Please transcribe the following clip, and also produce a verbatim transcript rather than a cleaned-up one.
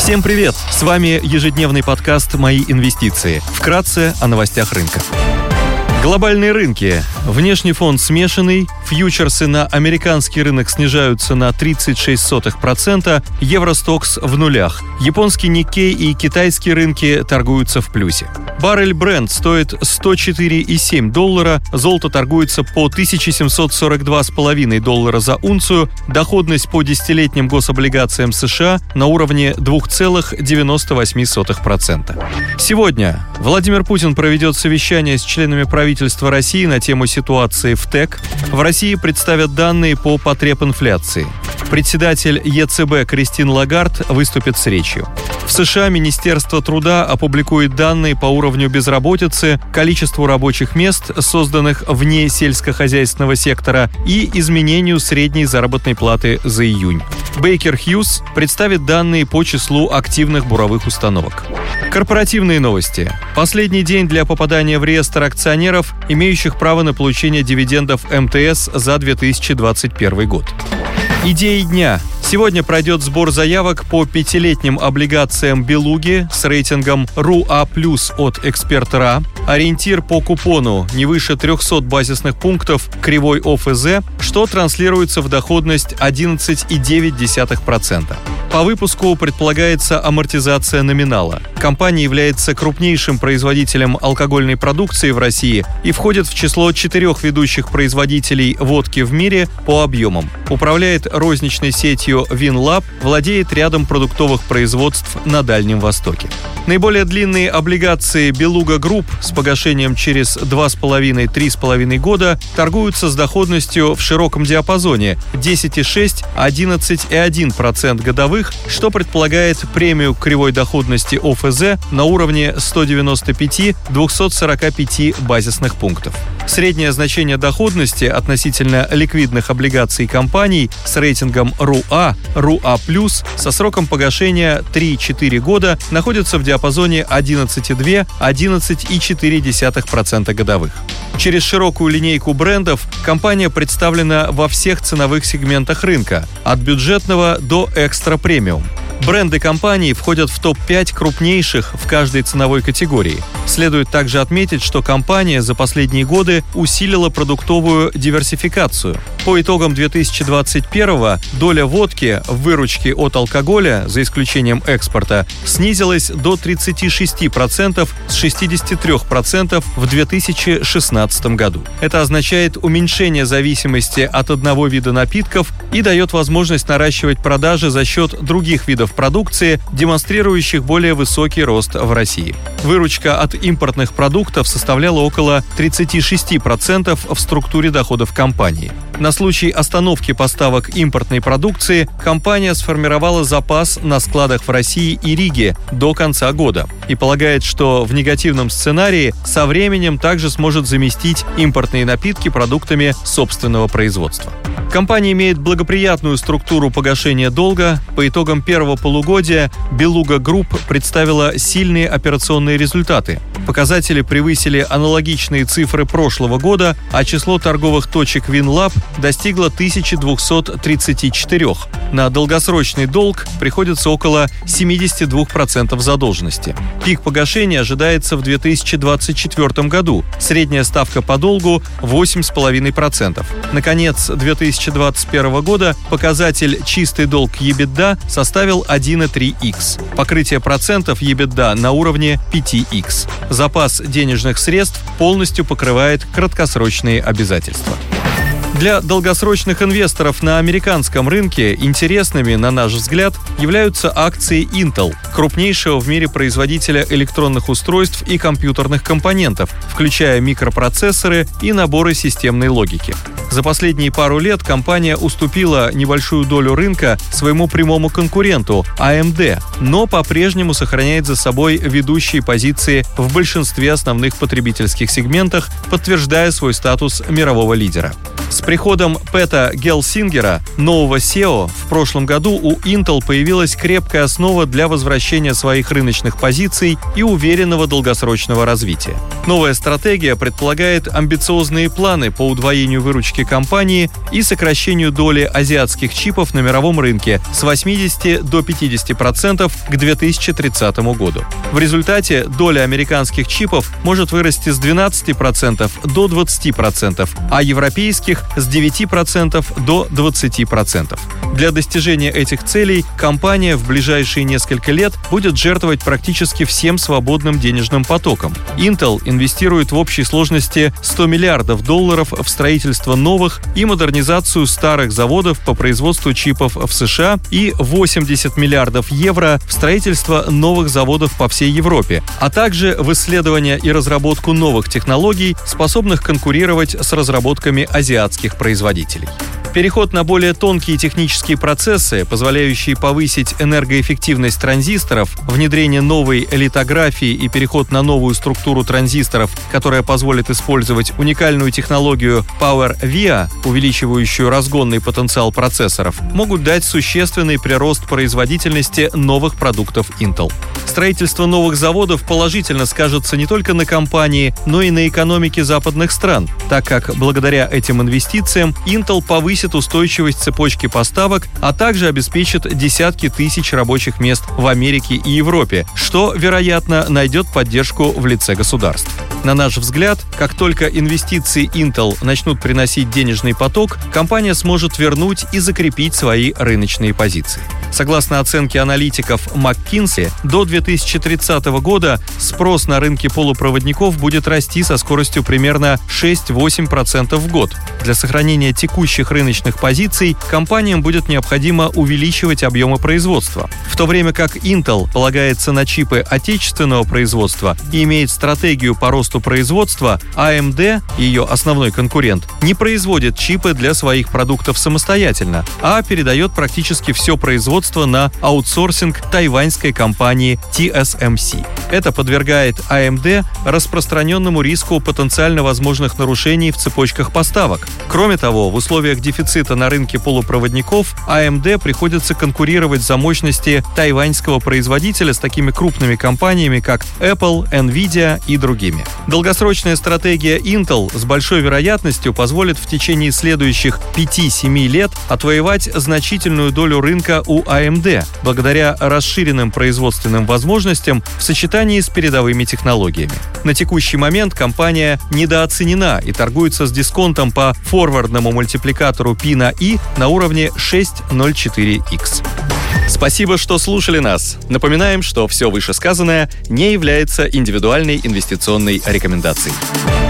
Всем привет! С вами ежедневный подкаст «Мои инвестиции». Вкратце о новостях рынка. Глобальные рынки. Внешний фон смешанный, фьючерсы на американский рынок снижаются на тридцать шесть сотых процента, Евростокс в нулях. Японский Никкей и китайские рынки торгуются в плюсе. Баррель Brent стоит сто четыре целых семь десятых доллара, золото торгуется по тысяча семьсот сорок два целых пять десятых доллара за унцию, доходность по десятилетним гособлигациям США на уровне два целых девяносто восемь сотых процента. Сегодня Владимир Путин проведет совещание с членами правительства России на тему ситуации в ТЭК. В России представят данные по потребинфляции. Председатель ЕЦБ Кристин Лагард выступит с речью. В США Министерство труда опубликует данные по уровню безработицы, количеству рабочих мест, созданных вне сельскохозяйственного сектора, и изменению средней заработной платы за июнь. Бейкер Хьюз представит данные по числу активных буровых установок. Корпоративные новости. Последний день для попадания в реестр акционеров, имеющих право на получение дивидендов эм тэ эс за две тысячи двадцать первый год. Идеи дня. Сегодня пройдет сбор заявок по пятилетним облигациям «Белуги» с рейтингом РУ А плюс от «Эксперт.РА». Ориентир по купону не выше трехсот базисных пунктов кривой О Ф З, что транслируется в доходность одиннадцать целых девять десятых процента. По выпуску предполагается амортизация номинала. Компания является крупнейшим производителем алкогольной продукции в России и входит в число четырех ведущих производителей водки в мире по объемам. Управляет розничной сетью Винлаб, владеет рядом продуктовых производств на Дальнем Востоке. Наиболее длинные облигации «Белуга Групп» с погашением через два с половиной - три с половиной года торгуются с доходностью в широком диапазоне десять целых шесть десятых - одиннадцать целых один десятый процента годовых, что предполагает премию кривой доходности О Ф З на уровне сто девяносто пять - двести сорок пять базисных пунктов. Среднее значение доходности относительно ликвидных облигаций компаний с рейтингом РУ А, РУ А плюс со сроком погашения три - четыре года находится в диапазоне одиннадцать целых два - одиннадцать целых четыре десятых процента годовых. Через широкую линейку брендов компания представлена во всех ценовых сегментах рынка, от бюджетного до экстра-премиум. Бренды компании входят в топ пять крупнейших в каждой ценовой категории. Следует также отметить, что компания за последние годы усилила продуктовую диверсификацию. По итогам две тысячи двадцать первого доля водки в выручке от алкоголя, за исключением экспорта, снизилась до тридцати шести процентов с шестидесяти трёх процентов в две тысячи шестнадцатом году. Это означает уменьшение зависимости от одного вида напитков и дает возможность наращивать продажи за счет других видов продукции, демонстрирующих более высокий рост в России. Выручка от импортных продуктов составляла около тридцати шести процентов в структуре доходов компании. На случай остановки поставок импортной продукции компания сформировала запас на складах в России и Риге до конца года и полагает, что в негативном сценарии со временем также сможет заместить импортные напитки продуктами собственного производства. Компания имеет благоприятную структуру погашения долга. По итогам первого полугодия «Белуга Групп» представила сильные операционные результаты. Показатели превысили аналогичные цифры прошлого года, а число торговых точек Винлаб достигло тысяча двести тридцать четыре. На долгосрочный долг приходится около семьдесят два процента задолженности. Пик погашения ожидается в две тысячи двадцать четвёртом году. Средняя ставка по долгу – восемь целых пять десятых процента. Наконец, две тысячи двадцать первого года показатель чистый долг EBITDA составил один целых три икс. Покрытие процентов EBITDA на уровне пять икс. Запас денежных средств полностью покрывает краткосрочные обязательства. Для долгосрочных инвесторов на американском рынке интересными, на наш взгляд, являются акции Intel, крупнейшего в мире производителя электронных устройств и компьютерных компонентов, включая микропроцессоры и наборы системной логики. За последние пару лет компания уступила небольшую долю рынка своему прямому конкуренту А Эм Ди, но по-прежнему сохраняет за собой ведущие позиции в большинстве основных потребительских сегментах, подтверждая свой статус мирового лидера. С приходом Пэта Гелсингера, нового си и о, в прошлом году у Intel появилась крепкая основа для возвращения своих рыночных позиций и уверенного долгосрочного развития. Новая стратегия предполагает амбициозные планы по удвоению выручки компании и сокращению доли азиатских чипов на мировом рынке с восьмидесяти до пятидесяти процентов к две тысячи тридцатому году. В результате доля американских чипов может вырасти с двенадцати процентов до двадцати процентов, а европейских – с девяти процентов до двадцати процентов. Для достижения этих целей компания в ближайшие несколько лет будет жертвовать практически всем свободным денежным потоком. Intel инвестирует в общей сложности сто миллиардов долларов в строительство новых и модернизацию старых заводов по производству чипов в США и восемьдесят миллиардов евро в строительство новых заводов по всей Европе, а также в исследование и разработку новых технологий, способных конкурировать с разработками азиатских производителей. Переход на более тонкие технические процессы, позволяющие повысить энергоэффективность транзисторов, внедрение новой литографии и переход на новую структуру транзисторов, которая позволит использовать уникальную технологию PowerVia, увеличивающую разгонный потенциал процессоров, могут дать существенный прирост производительности новых продуктов Intel. Строительство новых заводов положительно скажется не только на компании, но и на экономике западных стран, так как благодаря этим инвестициям Intel повысит устойчивость цепочки поставок, а также обеспечит десятки тысяч рабочих мест в Америке и Европе, что, вероятно, найдет поддержку в лице государств. На наш взгляд, как только инвестиции Intel начнут приносить денежный поток, компания сможет вернуть и закрепить свои рыночные позиции. Согласно оценке аналитиков McKinsey, до две тысячи тридцатого года спрос на рынке полупроводников будет расти со скоростью примерно шесть-восемь процентов в год. Для сохранения текущих рыночных позиций компаниям будет необходимо увеличивать объемы производства. В то время как Intel полагается на чипы отечественного производства и имеет стратегию по росту производства, эй эм ди, ее основной конкурент, не производит чипы для своих продуктов самостоятельно, а передает практически все производство на аутсорсинг тайваньской компании ти эс эм си. Это подвергает эй эм ди распространенному риску потенциально возможных нарушений в цепочках поставок. Кроме того, в условиях дефицита на рынке полупроводников эй эм ди приходится конкурировать за мощности тайваньского производителя с такими крупными компаниями, как Apple, Nvidia и другими. Долгосрочная стратегия Intel с большой вероятностью позволит в течение следующих пяти-семи лет отвоевать значительную долю рынка у эй эм ди благодаря расширенным производственным возможностям в сочетании с передовыми технологиями. На текущий момент компания недооценена и торгуется с дисконтом по форвардному мультипликатору пи на И на уровне шесть целых ноль четыре икс. Спасибо, что слушали нас. Напоминаем, что все вышесказанное не является индивидуальной инвестиционной рекомендацией.